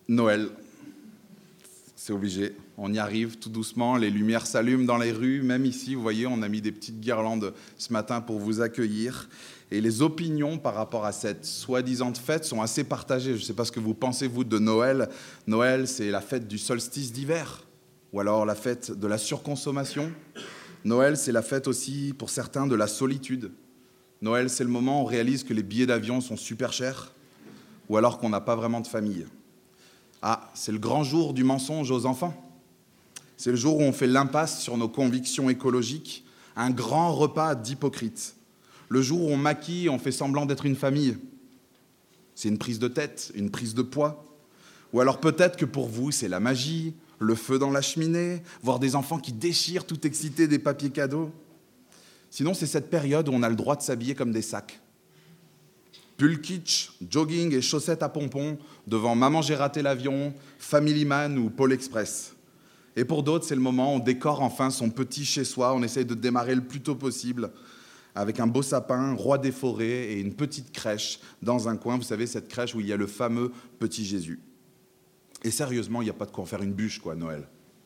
Noël, c'est obligé. On y arrive tout doucement, les lumières s'allument dans les rues, même ici, vous voyez, on a mis des petites guirlandes ce matin pour vous accueillir. Et les opinions par rapport à cette soi-disant fête sont assez partagées. Je ne sais pas ce que vous pensez, vous, de Noël. Noël, c'est la fête du solstice d'hiver, ou alors la fête de la surconsommation. Noël, c'est la fête aussi, pour certains, de la solitude. Noël, c'est le moment où on réalise que les billets d'avion sont super chers, ou alors qu'on n'a pas vraiment de famille. Ah, c'est le grand jour du mensonge aux enfants. C'est le jour où on fait l'impasse sur nos convictions écologiques, un grand repas d'hypocrites. Le jour où on maquille, on fait semblant d'être une famille. C'est une prise de tête, une prise de poids. Ou alors peut-être que pour vous, c'est la magie, le feu dans la cheminée, voir des enfants qui déchirent tout excités des papiers cadeaux. Sinon, c'est cette période où on a le droit de s'habiller comme des sacs. Pull kitsch, jogging et chaussettes à pompons devant Maman j'ai raté l'avion, Family Man ou Pôle Express. Et pour d'autres, c'est le moment où on décore enfin son petit chez-soi, on essaye de démarrer le plus tôt possible avec un beau sapin, roi des forêts et une petite crèche dans un coin, vous savez, cette crèche où il y a le fameux petit Jésus. Et sérieusement, il n'y a pas de quoi en faire une bûche, quoi, Noël.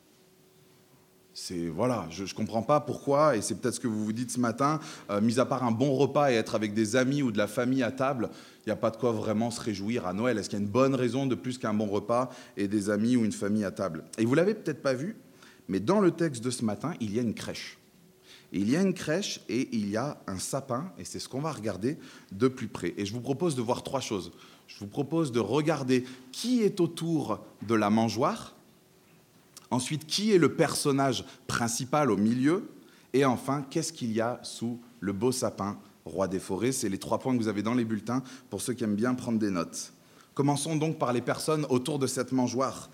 Voilà, je ne comprends pas pourquoi, et c'est peut-être ce que vous vous dites ce matin, mis à part un bon repas et être avec des amis ou de la famille à table, il n'y a pas de quoi vraiment se réjouir à Noël. Est-ce qu'il y a une bonne raison de plus qu'un bon repas et des amis ou une famille à table? Et vous ne l'avez peut-être pas vu, mais dans le texte de ce matin, il y a une crèche. Il y a une crèche et il y a un sapin, et c'est ce qu'on va regarder de plus près. Et je vous propose de voir trois choses. Je vous propose de regarder qui est autour de la mangeoire. Ensuite, qui est le personnage principal au milieu? Et enfin, qu'est-ce qu'il y a sous le beau sapin, roi des forêts? C'est les 3 points que vous avez dans les bulletins pour ceux qui aiment bien prendre des notes. Commençons donc par les personnes autour de cette mangeoire.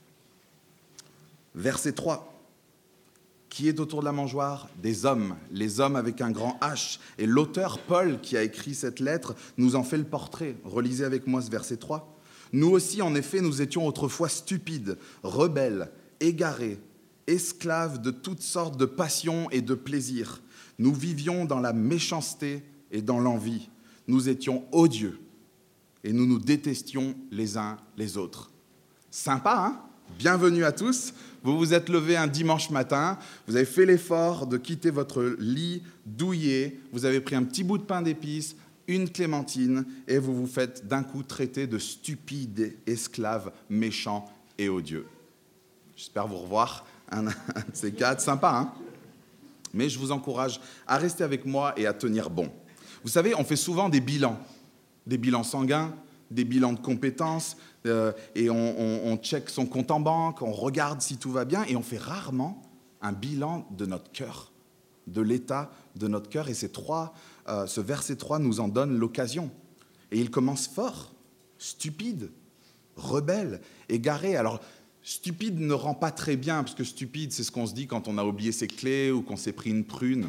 Verset 3. Qui est autour de la mangeoire? Des hommes, les hommes avec un grand H. Et l'auteur, Paul, qui a écrit cette lettre, nous en fait le portrait. Relisez avec moi ce verset 3. Nous aussi, en effet, nous étions autrefois stupides, rebelles, égarés, esclaves de toutes sortes de passions et de plaisirs. Nous vivions dans la méchanceté et dans l'envie. Nous étions odieux et nous nous détestions les uns les autres. Sympa, hein? Bienvenue à tous. Vous vous êtes levés un dimanche matin, vous avez fait l'effort de quitter votre lit douillet, vous avez pris un petit bout de pain d'épices, une clémentine, et vous vous faites d'un coup traiter de stupides esclaves méchants et odieux. J'espère vous revoir un de ces quatre. Sympa, hein? Mais je vous encourage à rester avec moi et à tenir bon. Vous savez, on fait souvent des bilans sanguins, des bilans de compétences, et on check son compte en banque, on regarde si tout va bien, et on fait rarement un bilan de notre cœur, de l'état de notre cœur. Et ce verset 3 nous en donne l'occasion. Et il commence fort, stupide, rebelle, égaré. Alors, stupide ne rend pas très bien, parce que stupide, c'est ce qu'on se dit quand on a oublié ses clés ou qu'on s'est pris une prune.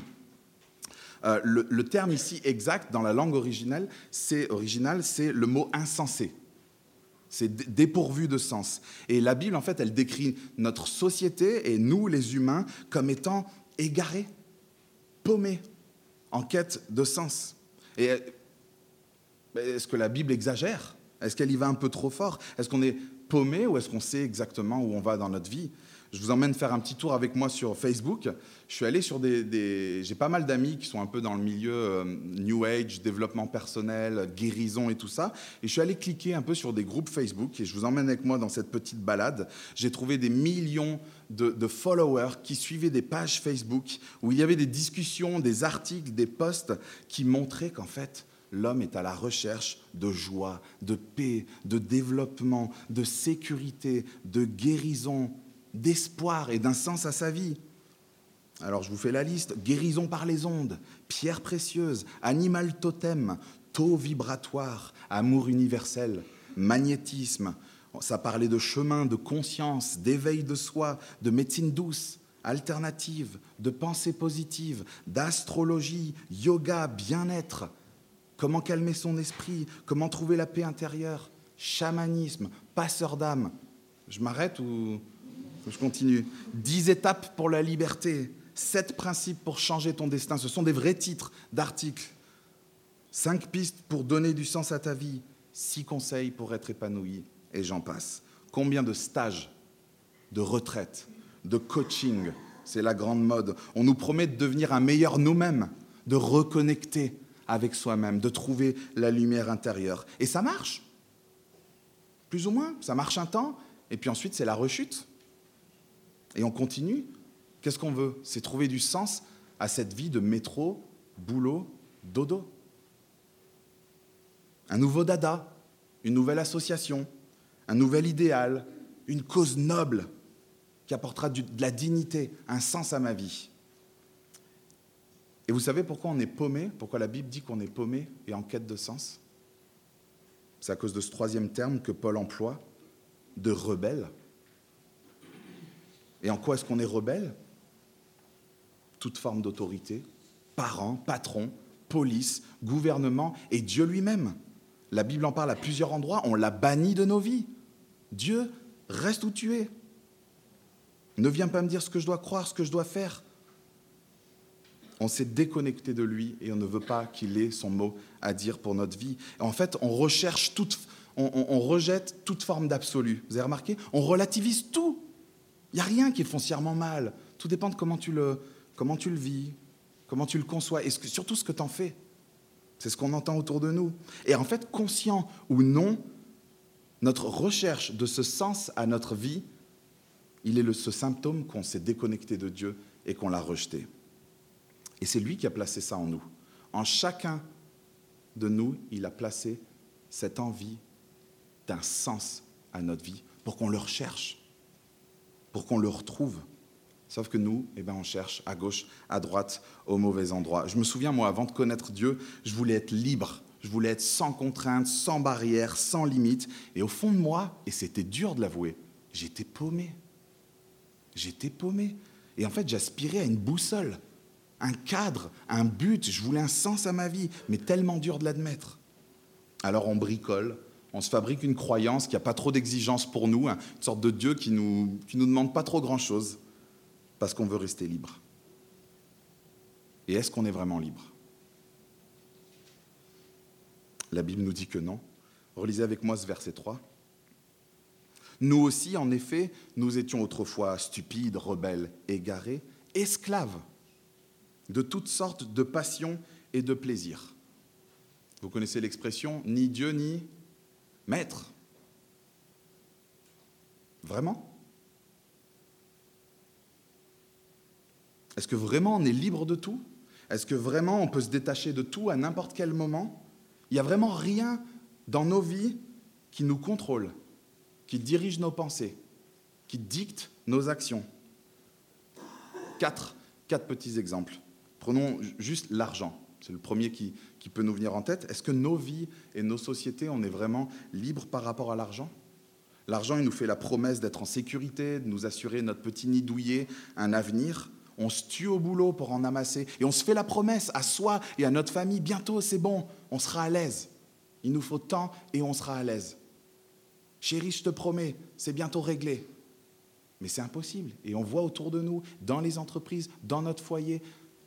Le terme ici exact, dans la langue originale, c'est le mot insensé. C'est dépourvu de sens. Et la Bible, en fait, elle décrit notre société et nous, les humains, comme étant égarés, paumés, en quête de sens. Et est-ce que la Bible exagère? Est-ce qu'elle y va un peu trop fort? Est-ce qu'on est paumé ou est-ce qu'on sait exactement où on va dans notre vie? Je vous emmène faire un petit tour avec moi sur Facebook. Je suis allé sur j'ai pas mal d'amis qui sont un peu dans le milieu New Age, développement personnel, guérison et tout ça. Et je suis allé cliquer un peu sur des groupes Facebook et je vous emmène avec moi dans cette petite balade. J'ai trouvé des millions de followers qui suivaient des pages Facebook où il y avait des discussions, des articles, des posts qui montraient qu'en fait, l'homme est à la recherche de joie, de paix, de développement, de sécurité, de guérison, d'espoir et d'un sens à sa vie. Alors je vous fais la liste. Guérison par les ondes, pierre précieuse, animal totem, taux vibratoire, amour universel, magnétisme. Ça parlait de chemin, de conscience, d'éveil de soi, de médecine douce, alternative, de pensée positive, d'astrologie, yoga, bien-être. Comment calmer son esprit, comment trouver la paix intérieure, chamanisme, passeur d'âme. Je m'arrête ou je continue? 10 étapes pour la liberté, 7 principes pour changer ton destin. Ce sont des vrais titres d'articles. 5 pistes pour donner du sens à ta vie, 6 conseils pour être épanoui, et j'en passe. Combien de stages, de retraites, de coaching, c'est la grande mode. On nous promet de devenir un meilleur nous-mêmes, de reconnecter avec soi-même, de trouver la lumière intérieure. Et ça marche, plus ou moins, ça marche un temps, et puis ensuite c'est la rechute. Et on continue. Qu'est-ce qu'on veut? C'est trouver du sens à cette vie de métro, boulot, dodo. Un nouveau dada, une nouvelle association, un nouvel idéal, une cause noble qui apportera de la dignité, un sens à ma vie. Et vous savez pourquoi on est paumé? Pourquoi la Bible dit qu'on est paumé et en quête de sens? C'est à cause de ce troisième terme que Paul emploie, de rebelle. Et en quoi est-ce qu'on est rebelle? Toute forme d'autorité, parents, patrons, police, gouvernement et Dieu lui-même. La Bible en parle à plusieurs endroits, on l'a banni de nos vies. Dieu, reste où tu es. Ne viens pas me dire ce que je dois croire, ce que je dois faire. On s'est déconnecté de lui et on ne veut pas qu'il ait son mot à dire pour notre vie. Et en fait, on rejette toute forme d'absolu. Vous avez remarqué? On relativise tout. Il n'y a rien qui est foncièrement mal. Tout dépend de comment tu le vis, comment tu le conçois et surtout ce que tu en fais. C'est ce qu'on entend autour de nous. Et en fait, conscient ou non, notre recherche de ce sens à notre vie, il est ce symptôme qu'on s'est déconnecté de Dieu et qu'on l'a rejeté. Et c'est lui qui a placé ça en nous. En chacun de nous, il a placé cette envie d'un sens à notre vie pour qu'on le recherche, pour qu'on le retrouve. Sauf que nous, on cherche à gauche, à droite, au mauvais endroit. Je me souviens, moi, avant de connaître Dieu, je voulais être libre. Je voulais être sans contrainte, sans barrière, sans limite. Et au fond de moi, et c'était dur de l'avouer, j'étais paumé. J'étais paumé. Et en fait, j'aspirais à une boussole, un cadre, un but. Je voulais un sens à ma vie, mais tellement dur de l'admettre. Alors on bricole, on se fabrique une croyance qui n'a pas trop d'exigences pour nous, une sorte de Dieu qui nous demande pas trop grand-chose, parce qu'on veut rester libre. Et est-ce qu'on est vraiment libre? La Bible nous dit que non. Relisez avec moi ce verset 3. Nous aussi, en effet, nous étions autrefois stupides, rebelles, égarés, esclaves de toutes sortes de passions et de plaisirs. Vous connaissez l'expression « ni Dieu ni maître ». Vraiment? Est-ce que vraiment on est libre de tout? Est-ce que vraiment on peut se détacher de tout à n'importe quel moment? Il n'y a vraiment rien dans nos vies qui nous contrôle, qui dirige nos pensées, qui dicte nos actions. Quatre petits exemples. Prenons juste l'argent. C'est le premier qui peut nous venir en tête. Est-ce que nos vies et nos sociétés, on est vraiment libres par rapport à l'argent? L'argent, il nous fait la promesse d'être en sécurité, de nous assurer notre petit nid douillet, un avenir. On se tue au boulot pour en amasser. Et on se fait la promesse à soi et à notre famille, bientôt c'est bon, on sera à l'aise. Il nous faut tant et on sera à l'aise. Chérie, je te promets, c'est bientôt réglé. Mais c'est impossible. Et on voit autour de nous, dans les entreprises, dans notre foyer,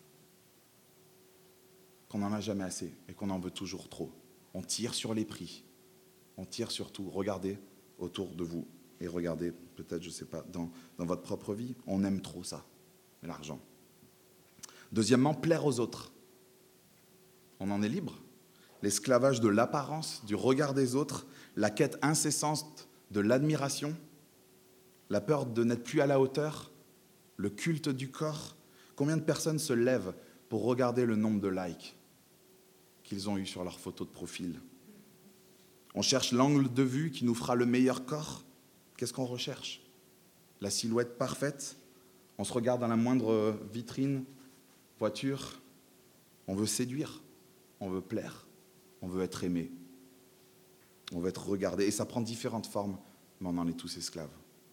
qu'on n'en a jamais assez et qu'on en veut toujours trop. On tire sur les prix. On tire sur tout. Regardez autour de vous. Et regardez, peut-être, je ne sais pas, dans votre propre vie, on aime trop ça, l'argent. Deuxièmement, plaire aux autres. On en est libre. L'esclavage de l'apparence, du regard des autres, la quête incessante de l'admiration, la peur de n'être plus à la hauteur, le culte du corps. Combien de personnes se lèvent pour regarder le nombre de likes qu'ils ont eu sur leur photo de profil? On cherche l'angle de vue qui nous fera le meilleur corps. Qu'est-ce qu'on recherche? La silhouette parfaite. On se regarde dans la moindre vitrine, voiture. On veut séduire, on veut plaire, on veut être aimé, on veut être regardé. Et ça prend différentes formes, mais on en est tous esclaves.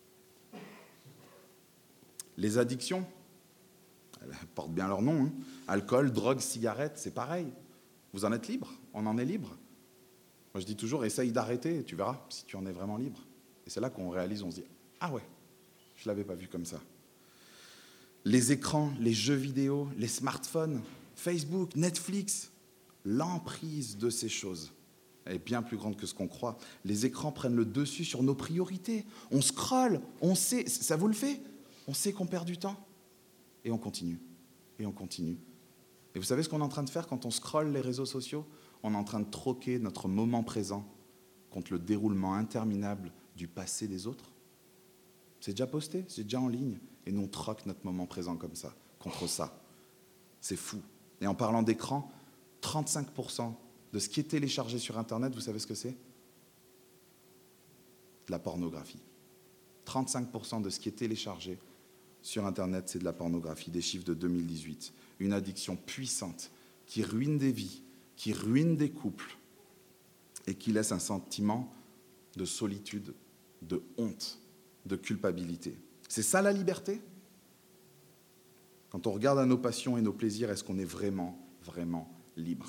Les addictions, elles portent bien leur nom. Alcool, drogue, cigarette, c'est pareil. Vous en êtes libre, on en est libre. Moi je dis toujours, essaye d'arrêter et tu verras si tu en es vraiment libre. Et c'est là qu'on réalise, on se dit, ah ouais, je ne l'avais pas vu comme ça. Les écrans, les jeux vidéo, les smartphones, Facebook, Netflix, l'emprise de ces choses, elle est bien plus grande que ce qu'on croit. Les écrans prennent le dessus sur nos priorités. On scrolle, on sait, ça vous le fait? On sait qu'on perd du temps. Et on continue, et on continue. Et vous savez ce qu'on est en train de faire quand on scrolle les réseaux sociaux? On est en train de troquer notre moment présent contre le déroulement interminable du passé des autres. C'est déjà posté, c'est déjà en ligne. Et nous, on troque notre moment présent comme ça, contre ça. C'est fou. Et en parlant d'écran, 35% de ce qui est téléchargé sur Internet, vous savez ce que c'est? De la pornographie. 35% de ce qui est téléchargé sur Internet, c'est de la pornographie, des chiffres de 2018. Une addiction puissante qui ruine des vies, qui ruine des couples et qui laisse un sentiment de solitude, de honte, de culpabilité. C'est ça la liberté? Quand on regarde à nos passions et nos plaisirs, est-ce qu'on est vraiment, vraiment libre?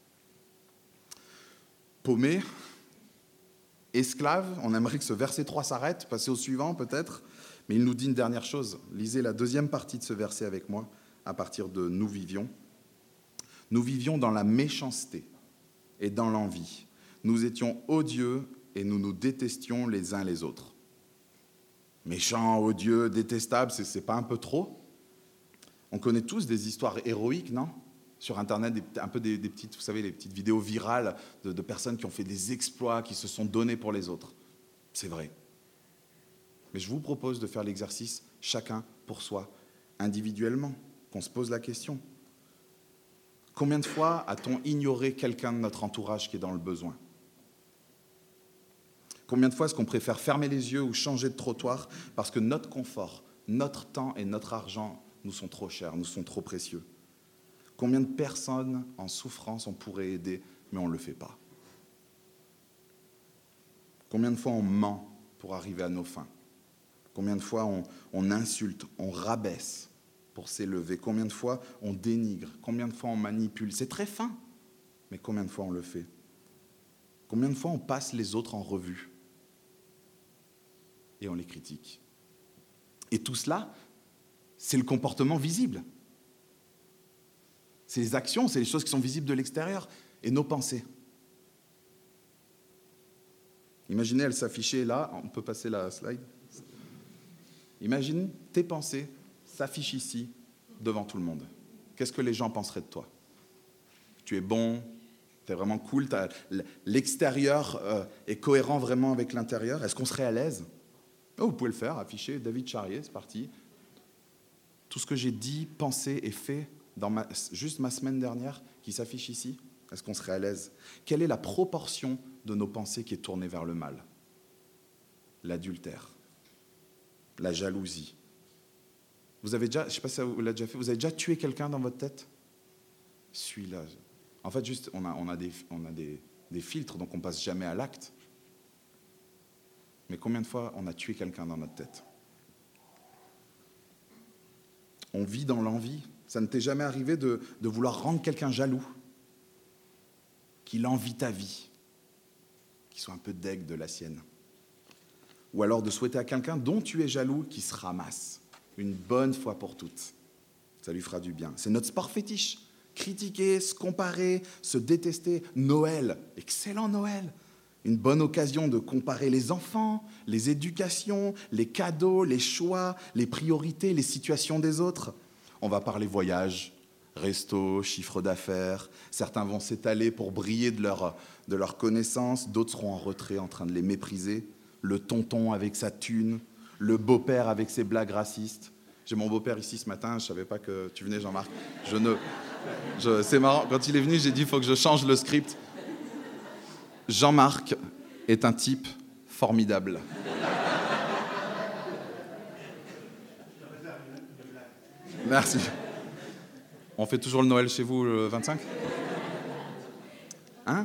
Paumé, esclave, on aimerait que ce verset 3 s'arrête, passer au suivant peut-être, mais il nous dit une dernière chose. Lisez la deuxième partie de ce verset avec moi, à partir de « Nous vivions ». Nous vivions dans la méchanceté et dans l'envie. Nous étions odieux et nous nous détestions les uns les autres. Méchant, odieux, détestable, c'est pas un peu trop? On connaît tous des histoires héroïques, non? Sur Internet, des petites, vous savez, les petites vidéos virales de personnes qui ont fait des exploits, qui se sont donnés pour les autres. C'est vrai. Mais je vous propose de faire l'exercice chacun pour soi, individuellement, qu'on se pose la question. Combien de fois a-t-on ignoré quelqu'un de notre entourage qui est dans le besoin? Combien de fois est-ce qu'on préfère fermer les yeux ou changer de trottoir parce que notre confort, notre temps et notre argent nous sont trop chers, nous sont trop précieux? Combien de personnes en souffrance on pourrait aider, mais on ne le fait pas? Combien de fois on ment pour arriver à nos fins? Combien de fois on insulte, on rabaisse pour s'élever? Combien de fois on dénigre? Combien de fois on manipule? C'est très fin, mais combien de fois on le fait? Combien de fois on passe les autres en revue et on les critique? Et tout cela, c'est le comportement visible. C'est les actions, c'est les choses qui sont visibles de l'extérieur et nos pensées. Imaginez, elle s'affichait là, on peut passer la slide. Imagine tes pensées s'affichent ici, devant tout le monde. Qu'est-ce que les gens penseraient de toi? Tu es bon, tu es vraiment cool, l'extérieur est cohérent vraiment avec l'intérieur. Est-ce qu'on serait à l'aise? Oh, vous pouvez le faire, afficher David Charrier, c'est parti. Tout ce que j'ai dit, pensé et fait dans juste ma semaine dernière qui s'affiche ici, est-ce qu'on serait à l'aise? Quelle est la proportion de nos pensées qui est tournée vers le mal? L'adultère, la jalousie. Vous avez déjà, je ne sais pas si vous l'avez déjà fait, vous avez déjà tué quelqu'un dans votre tête? Celui-là. En fait, juste, on a des filtres, donc on ne passe jamais à l'acte. Mais combien de fois on a tué quelqu'un dans notre tête? On vit dans l'envie. Ça ne t'est jamais arrivé de vouloir rendre quelqu'un jaloux, qu'il envie ta vie, qu'il soit un peu deg de la sienne. Ou alors de souhaiter à quelqu'un dont tu es jaloux qu'il se ramasse, une bonne fois pour toutes. Ça lui fera du bien. C'est notre sport fétiche. Critiquer, se comparer, se détester. Noël, excellent Noël. Une bonne occasion de comparer les enfants, les éducations, les cadeaux, les choix, les priorités, les situations des autres. On va parler voyage, resto, chiffre d'affaires. Certains vont s'étaler pour briller de leur connaissance. D'autres seront en retrait en train de les mépriser. Le tonton avec sa thune, le beau-père avec ses blagues racistes. J'ai mon beau-père ici ce matin, je ne savais pas que tu venais, Jean-Marc. C'est marrant, quand il est venu, j'ai dit il faut que je change le script. Jean-Marc est un type formidable. Merci. On fait toujours le Noël chez vous le 25 ? Hein ?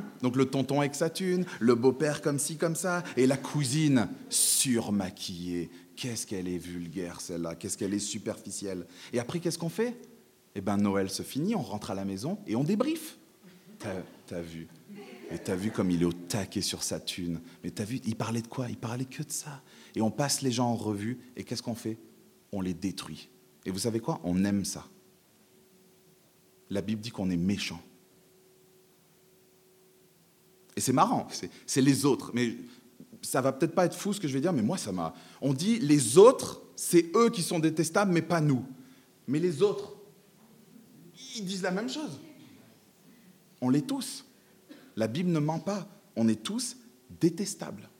Donc le tonton avec sa thune, le beau-père comme ci, comme ça, et la cousine surmaquillée. Qu'est-ce qu'elle est vulgaire, celle-là. Qu'est-ce qu'elle est superficielle. Et après, qu'est-ce qu'on fait ? Eh bien, Noël se finit, on rentre à la maison et on débriefe. T'as vu ? Et t'as vu comme il est au taquet sur sa thune. Mais t'as vu, il parlait de quoi ? Il parlait que de ça. Et on passe les gens en revue, et qu'est-ce qu'on fait ? On les détruit. Et vous savez quoi ? On aime ça. La Bible dit qu'on est méchant. Et c'est marrant, c'est les autres. Mais ça va peut-être pas être fou ce que je vais dire, mais moi, ça m'a... On dit, les autres, c'est eux qui sont détestables, mais pas nous. Mais les autres, ils disent la même chose. On l'est tous. La Bible ne ment pas. On est tous détestables.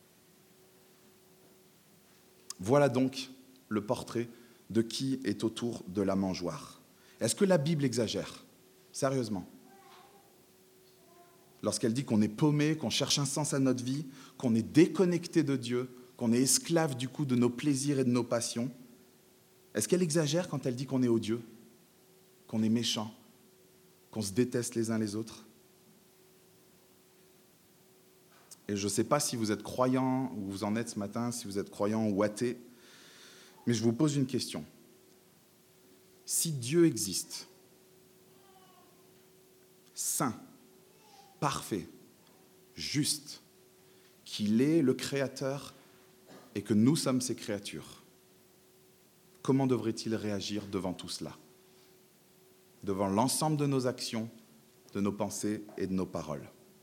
Voilà donc le portrait de qui est autour de la mangeoire. Est-ce que la Bible exagère ? Sérieusement. Lorsqu'elle dit qu'on est paumé, qu'on cherche un sens à notre vie, qu'on est déconnecté de Dieu, qu'on est esclave du coup de nos plaisirs et de nos passions, est-ce qu'elle exagère quand elle dit qu'on est odieux, qu'on est méchant, qu'on se déteste les uns les autres ? Et je ne sais pas si vous êtes croyant, où vous en êtes ce matin, si vous êtes croyant ou athée, mais je vous pose une question. Si Dieu existe, saint, parfait, juste, qu'il est le Créateur et que nous sommes ses créatures, comment devrait-il réagir devant tout cela ? Devant l'ensemble de nos actions, de nos pensées et de nos paroles.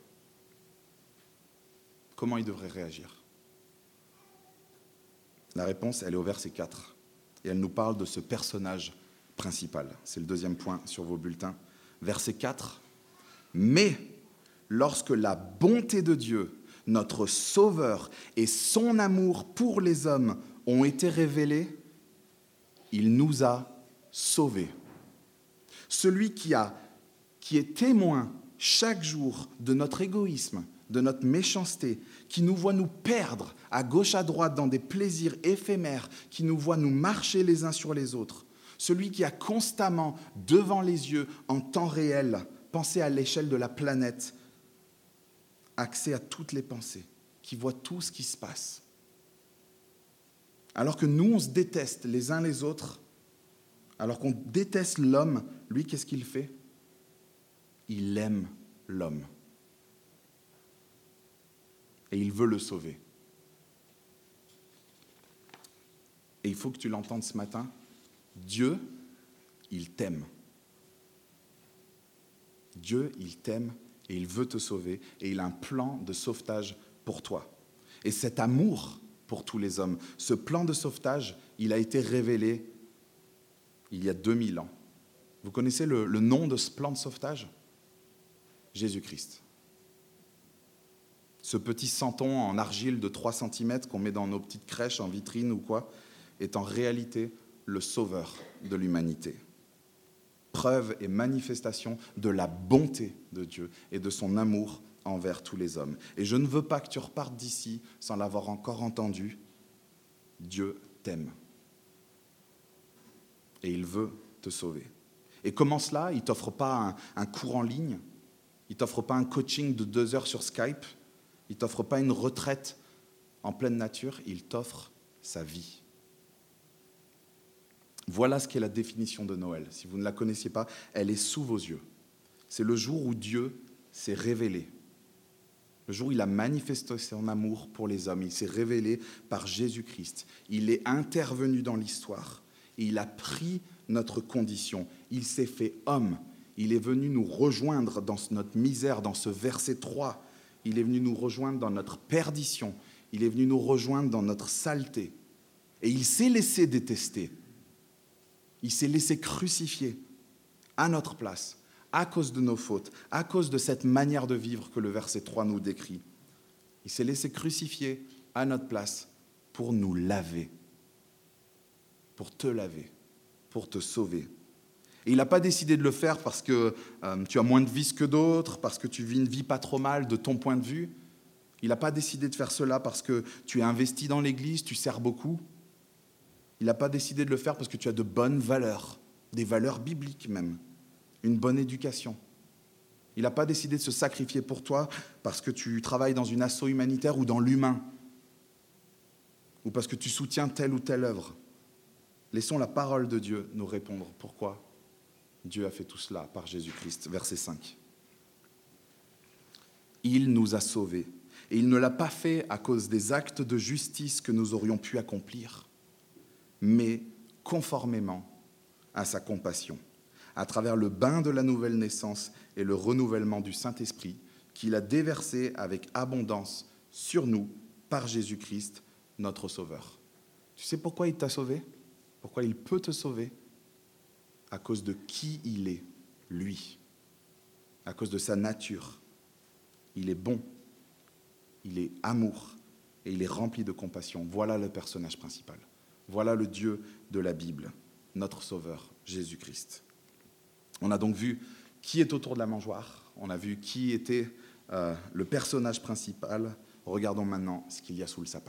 Comment il devrait réagir ? La réponse, elle est au verset 4. Et elle nous parle de ce personnage principal. C'est le deuxième point sur vos bulletins. Verset 4. « Mais lorsque la bonté de Dieu, notre Sauveur, et son amour pour les hommes ont été révélés, il nous a sauvés. Celui qui est témoin chaque jour de notre égoïsme, de notre méchanceté, qui nous voit nous perdre à gauche à droite dans des plaisirs éphémères, qui nous voit nous marcher les uns sur les autres, celui qui a constamment devant les yeux, en temps réel, pensé à l'échelle de la planète, accès à toutes les pensées, qui voit tout ce qui se passe. Alors que nous, on se déteste les uns les autres, alors qu'on déteste l'homme, lui, qu'est-ce qu'il fait ? Il aime l'homme. Et il veut le sauver. Et il faut que tu l'entendes ce matin, Dieu, il t'aime. Dieu, il t'aime et il veut te sauver et il a un plan de sauvetage pour toi. Et cet amour pour tous les hommes, ce plan de sauvetage, il a été révélé il y a 2000 ans. Vous connaissez le nom de ce plan de sauvetage ? Jésus-Christ. Ce petit santon en argile de 3 cm qu'on met dans nos petites crèches en vitrine ou quoi, est en réalité le sauveur de l'humanité. Preuve et manifestation de la bonté de Dieu et de son amour envers tous les hommes. Et je ne veux pas que tu repartes d'ici sans l'avoir encore entendu. Dieu t'aime. Et il veut te sauver. Et comment cela ? Il ne t'offre pas un cours en ligne, il ne t'offre pas un coaching de 2 heures sur Skype, il ne t'offre pas une retraite en pleine nature, il t'offre sa vie. Voilà ce qu'est la définition de Noël. Si vous ne la connaissiez pas, elle est sous vos yeux. C'est le jour où Dieu s'est révélé. Le jour où il a manifesté son amour pour les hommes. Il s'est révélé par Jésus-Christ. Il est intervenu dans l'histoire et il a pris notre condition. Il s'est fait homme. Il est venu nous rejoindre dans notre misère, dans ce verset 3. Il est venu nous rejoindre dans notre perdition. Il est venu nous rejoindre dans notre saleté. Et il s'est laissé détester. Il s'est laissé crucifier à notre place, à cause de nos fautes, à cause de cette manière de vivre que le verset 3 nous décrit. Il s'est laissé crucifier à notre place pour nous laver, pour te laver, pour te sauver. Et il n'a pas décidé de le faire parce que tu as moins de vices que d'autres, parce que tu vis une vie pas trop mal de ton point de vue. Il n'a pas décidé de faire cela parce que tu es investi dans l'Église, tu sers beaucoup. Il n'a pas décidé de le faire parce que tu as de bonnes valeurs, des valeurs bibliques même, une bonne éducation. Il n'a pas décidé de se sacrifier pour toi parce que tu travailles dans une asso humanitaire ou dans l'humain, ou parce que tu soutiens telle ou telle œuvre. Laissons la parole de Dieu nous répondre. Pourquoi Dieu a fait tout cela par Jésus-Christ. Verset 5. Il nous a sauvés. Et il ne l'a pas fait à cause des actes de justice que nous aurions pu accomplir, mais conformément à sa compassion, à travers le bain de la nouvelle naissance et le renouvellement du Saint-Esprit qu'il a déversé avec abondance sur nous par Jésus-Christ, notre Sauveur. Tu sais pourquoi il t'a sauvé? Pourquoi il peut te sauver? À cause de qui il est, lui. À cause de sa nature. Il est bon, il est amour et il est rempli de compassion. Voilà le personnage principal. Voilà le Dieu de la Bible, notre Sauveur, Jésus-Christ. On a donc vu qui est autour de la mangeoire, on a vu qui était le personnage principal. Regardons maintenant ce qu'il y a sous le sapin.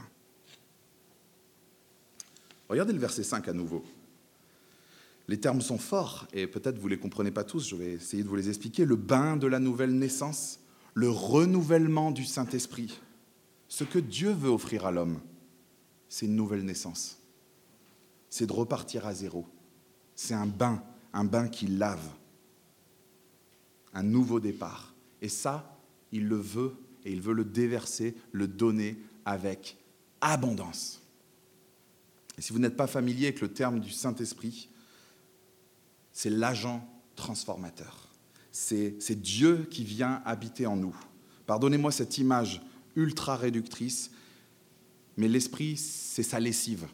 Regardez le verset 5 à nouveau. Les termes sont forts et peut-être vous ne les comprenez pas tous, je vais essayer de vous les expliquer. Le bain de la nouvelle naissance, le renouvellement du Saint-Esprit. Ce que Dieu veut offrir à l'homme, c'est une nouvelle naissance. C'est de repartir à zéro. C'est un bain qui lave. Un nouveau départ. Et ça, il le veut et il veut le déverser, le donner avec abondance. Et si vous n'êtes pas familier avec le terme du Saint-Esprit, c'est l'agent transformateur. C'est Dieu qui vient habiter en nous. Pardonnez-moi cette image ultra réductrice, mais l'Esprit, c'est sa lessive.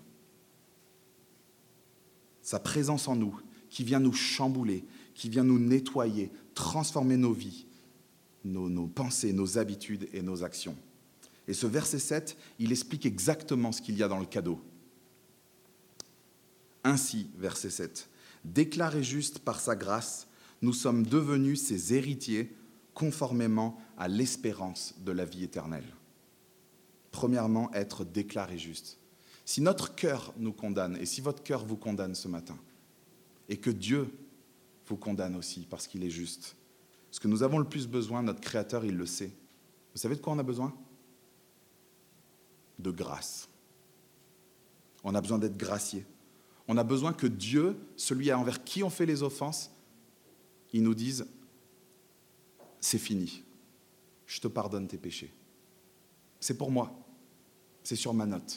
Sa présence en nous, qui vient nous chambouler, qui vient nous nettoyer, transformer nos vies, nos pensées, nos habitudes et nos actions. Et ce verset 7, il explique exactement ce qu'il y a dans le cadeau. Ainsi, verset 7, « Déclarés justes par sa grâce, nous sommes devenus ses héritiers conformément à l'espérance de la vie éternelle. » Premièrement, être déclaré juste. Si notre cœur nous condamne, et si votre cœur vous condamne ce matin, et que Dieu vous condamne aussi parce qu'il est juste, ce que nous avons le plus besoin, notre Créateur, il le sait. Vous savez de quoi on a besoin? De grâce. On a besoin d'être gracié. On a besoin que Dieu, celui envers qui on fait les offenses, il nous dise « c'est fini, je te pardonne tes péchés. C'est pour moi, c'est sur ma note. »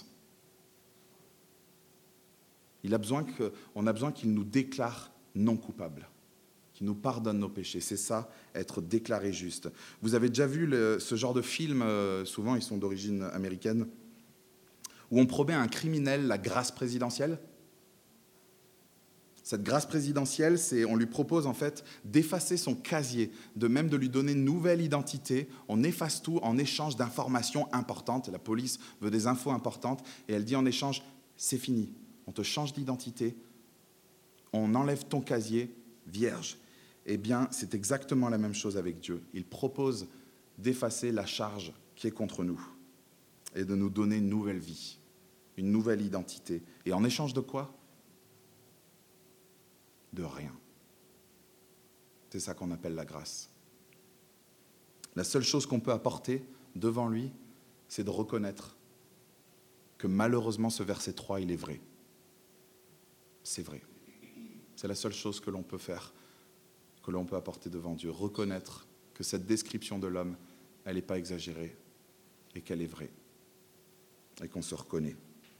On a besoin qu'il nous déclare non coupables, qu'il nous pardonne nos péchés. C'est ça, être déclaré juste. Vous avez déjà vu ce genre de film, souvent ils sont d'origine américaine, où on promet à un criminel la grâce présidentielle. Cette grâce présidentielle, on lui propose en fait d'effacer son casier, de lui donner une nouvelle identité. On efface tout en échange d'informations importantes. La police veut des infos importantes et elle dit en échange, c'est fini. On te change d'identité, on enlève ton casier vierge. Eh bien, c'est exactement la même chose avec Dieu. Il propose d'effacer la charge qui est contre nous et de nous donner une nouvelle vie, une nouvelle identité. Et en échange de quoi? De rien. C'est ça qu'on appelle la grâce. La seule chose qu'on peut apporter devant lui, c'est de reconnaître que malheureusement ce verset 3, il est vrai. C'est vrai. C'est la seule chose que l'on peut faire, que l'on peut apporter devant Dieu. Reconnaître que cette description de l'homme, elle n'est pas exagérée et qu'elle est vraie et qu'on se reconnaît.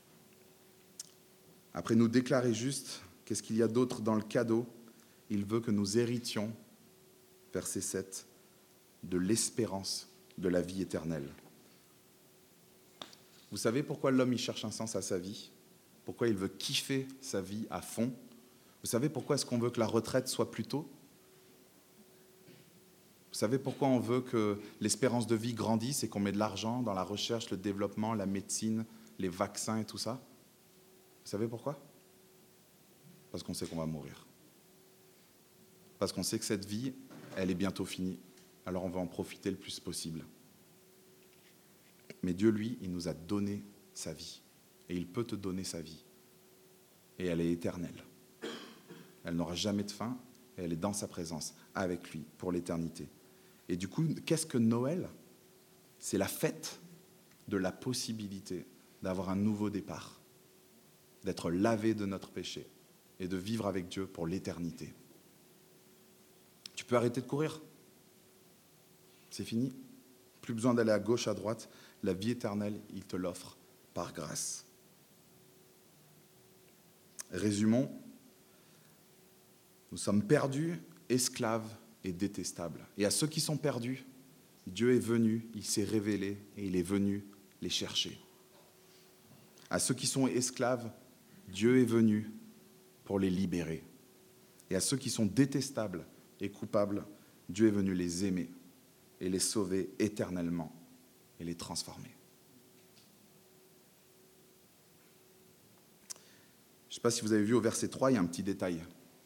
Après nous déclarer juste, qu'est-ce qu'il y a d'autre dans le cadeau? Il veut que nous héritions, verset 7, de l'espérance de la vie éternelle. Vous savez pourquoi l'homme il cherche un sens à sa vie? Pourquoi il veut kiffer sa vie à fond? Vous savez pourquoi est-ce qu'on veut que la retraite soit plus tôt? Vous savez pourquoi on veut que l'espérance de vie grandisse et qu'on met de l'argent dans la recherche, le développement, la médecine, les vaccins et tout ça? Vous savez pourquoi? Parce qu'on sait qu'on va mourir. Parce qu'on sait que cette vie, elle est bientôt finie. Alors on va en profiter le plus possible. Mais Dieu, lui, il nous a donné sa vie. Et il peut te donner sa vie. Et elle est éternelle. Elle n'aura jamais de fin. Et elle est dans sa présence, avec lui, pour l'éternité. Et du coup, qu'est-ce que Noël? C'est la fête de la possibilité d'avoir un nouveau départ, d'être lavé de notre péché et de vivre avec Dieu pour l'éternité. Tu peux arrêter de courir. C'est fini. Plus besoin d'aller à gauche, à droite. La vie éternelle, il te l'offre par grâce. Résumons. Nous sommes perdus, esclaves et détestables. Et à ceux qui sont perdus, Dieu est venu, il s'est révélé et il est venu les chercher. À ceux qui sont esclaves, Dieu est venu pour les libérer. Et à ceux qui sont détestables et coupables, Dieu est venu les aimer et les sauver éternellement et les transformer. Je ne sais pas si vous avez vu au verset 3, il y a un petit détail.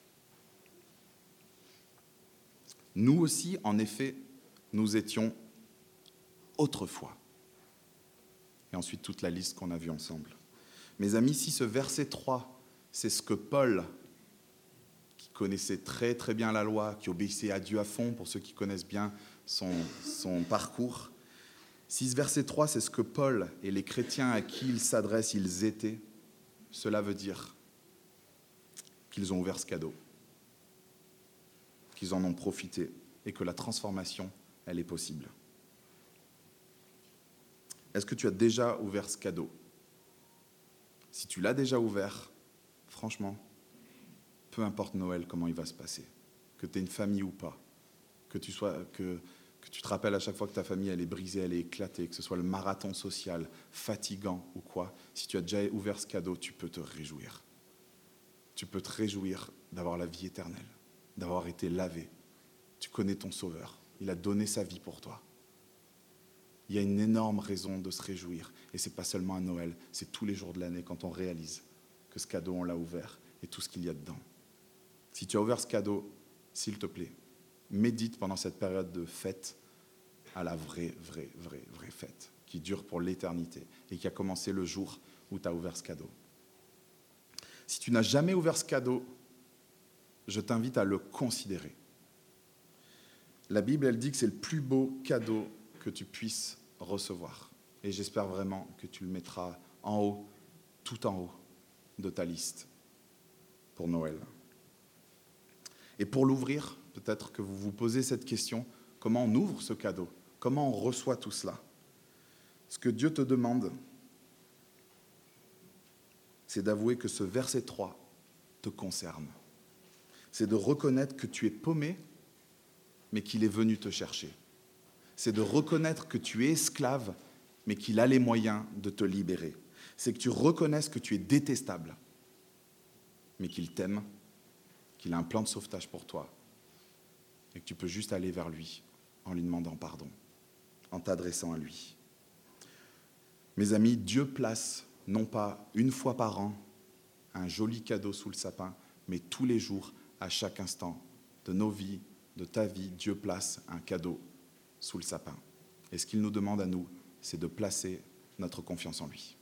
Nous aussi, en effet, nous étions autrefois. Et ensuite, toute la liste qu'on a vue ensemble. Mes amis, si ce verset 3, c'est ce que Paul, qui connaissait très très bien la loi, qui obéissait à Dieu à fond, pour ceux qui connaissent bien son parcours, si ce verset 3, c'est ce que Paul et les chrétiens à qui il s'adresse, ils étaient, cela veut dire qu'ils ont ouvert ce cadeau, qu'ils en ont profité et que la transformation, elle est possible. Est-ce que tu as déjà ouvert ce cadeau ? Si tu l'as déjà ouvert, franchement, peu importe Noël, comment il va se passer, que tu aies une famille ou pas, que tu te rappelles à chaque fois que ta famille elle est brisée, elle est éclatée, que ce soit le marathon social, fatigant ou quoi, si tu as déjà ouvert ce cadeau, tu peux te réjouir. Tu peux te réjouir d'avoir la vie éternelle, d'avoir été lavé. Tu connais ton Sauveur, il a donné sa vie pour toi. Il y a une énorme raison de se réjouir. Et ce n'est pas seulement à Noël, c'est tous les jours de l'année quand on réalise que ce cadeau, on l'a ouvert et tout ce qu'il y a dedans. Si tu as ouvert ce cadeau, s'il te plaît, médite pendant cette période de fête à la vraie fête qui dure pour l'éternité et qui a commencé le jour où tu as ouvert ce cadeau. Si tu n'as jamais ouvert ce cadeau, je t'invite à le considérer. La Bible, elle dit que c'est le plus beau cadeau que tu puisses recevoir. Et j'espère vraiment que tu le mettras en haut, tout en haut de ta liste pour Noël. Et pour l'ouvrir, peut-être que vous vous posez cette question, comment on ouvre ce cadeau ? Comment on reçoit tout cela ? Ce que Dieu te demande, c'est d'avouer que ce verset 3 te concerne. C'est de reconnaître que tu es paumé, mais qu'il est venu te chercher. C'est de reconnaître que tu es esclave, mais qu'il a les moyens de te libérer. C'est que tu reconnaisses que tu es détestable, mais qu'il t'aime, qu'il a un plan de sauvetage pour toi, et que tu peux juste aller vers lui en lui demandant pardon, en t'adressant à lui. Mes amis, Dieu place, non pas une fois par an, un joli cadeau sous le sapin, mais tous les jours, à chaque instant de nos vies, de ta vie, Dieu place un cadeau sous le sapin. Et ce qu'il nous demande à nous, c'est de placer notre confiance en lui.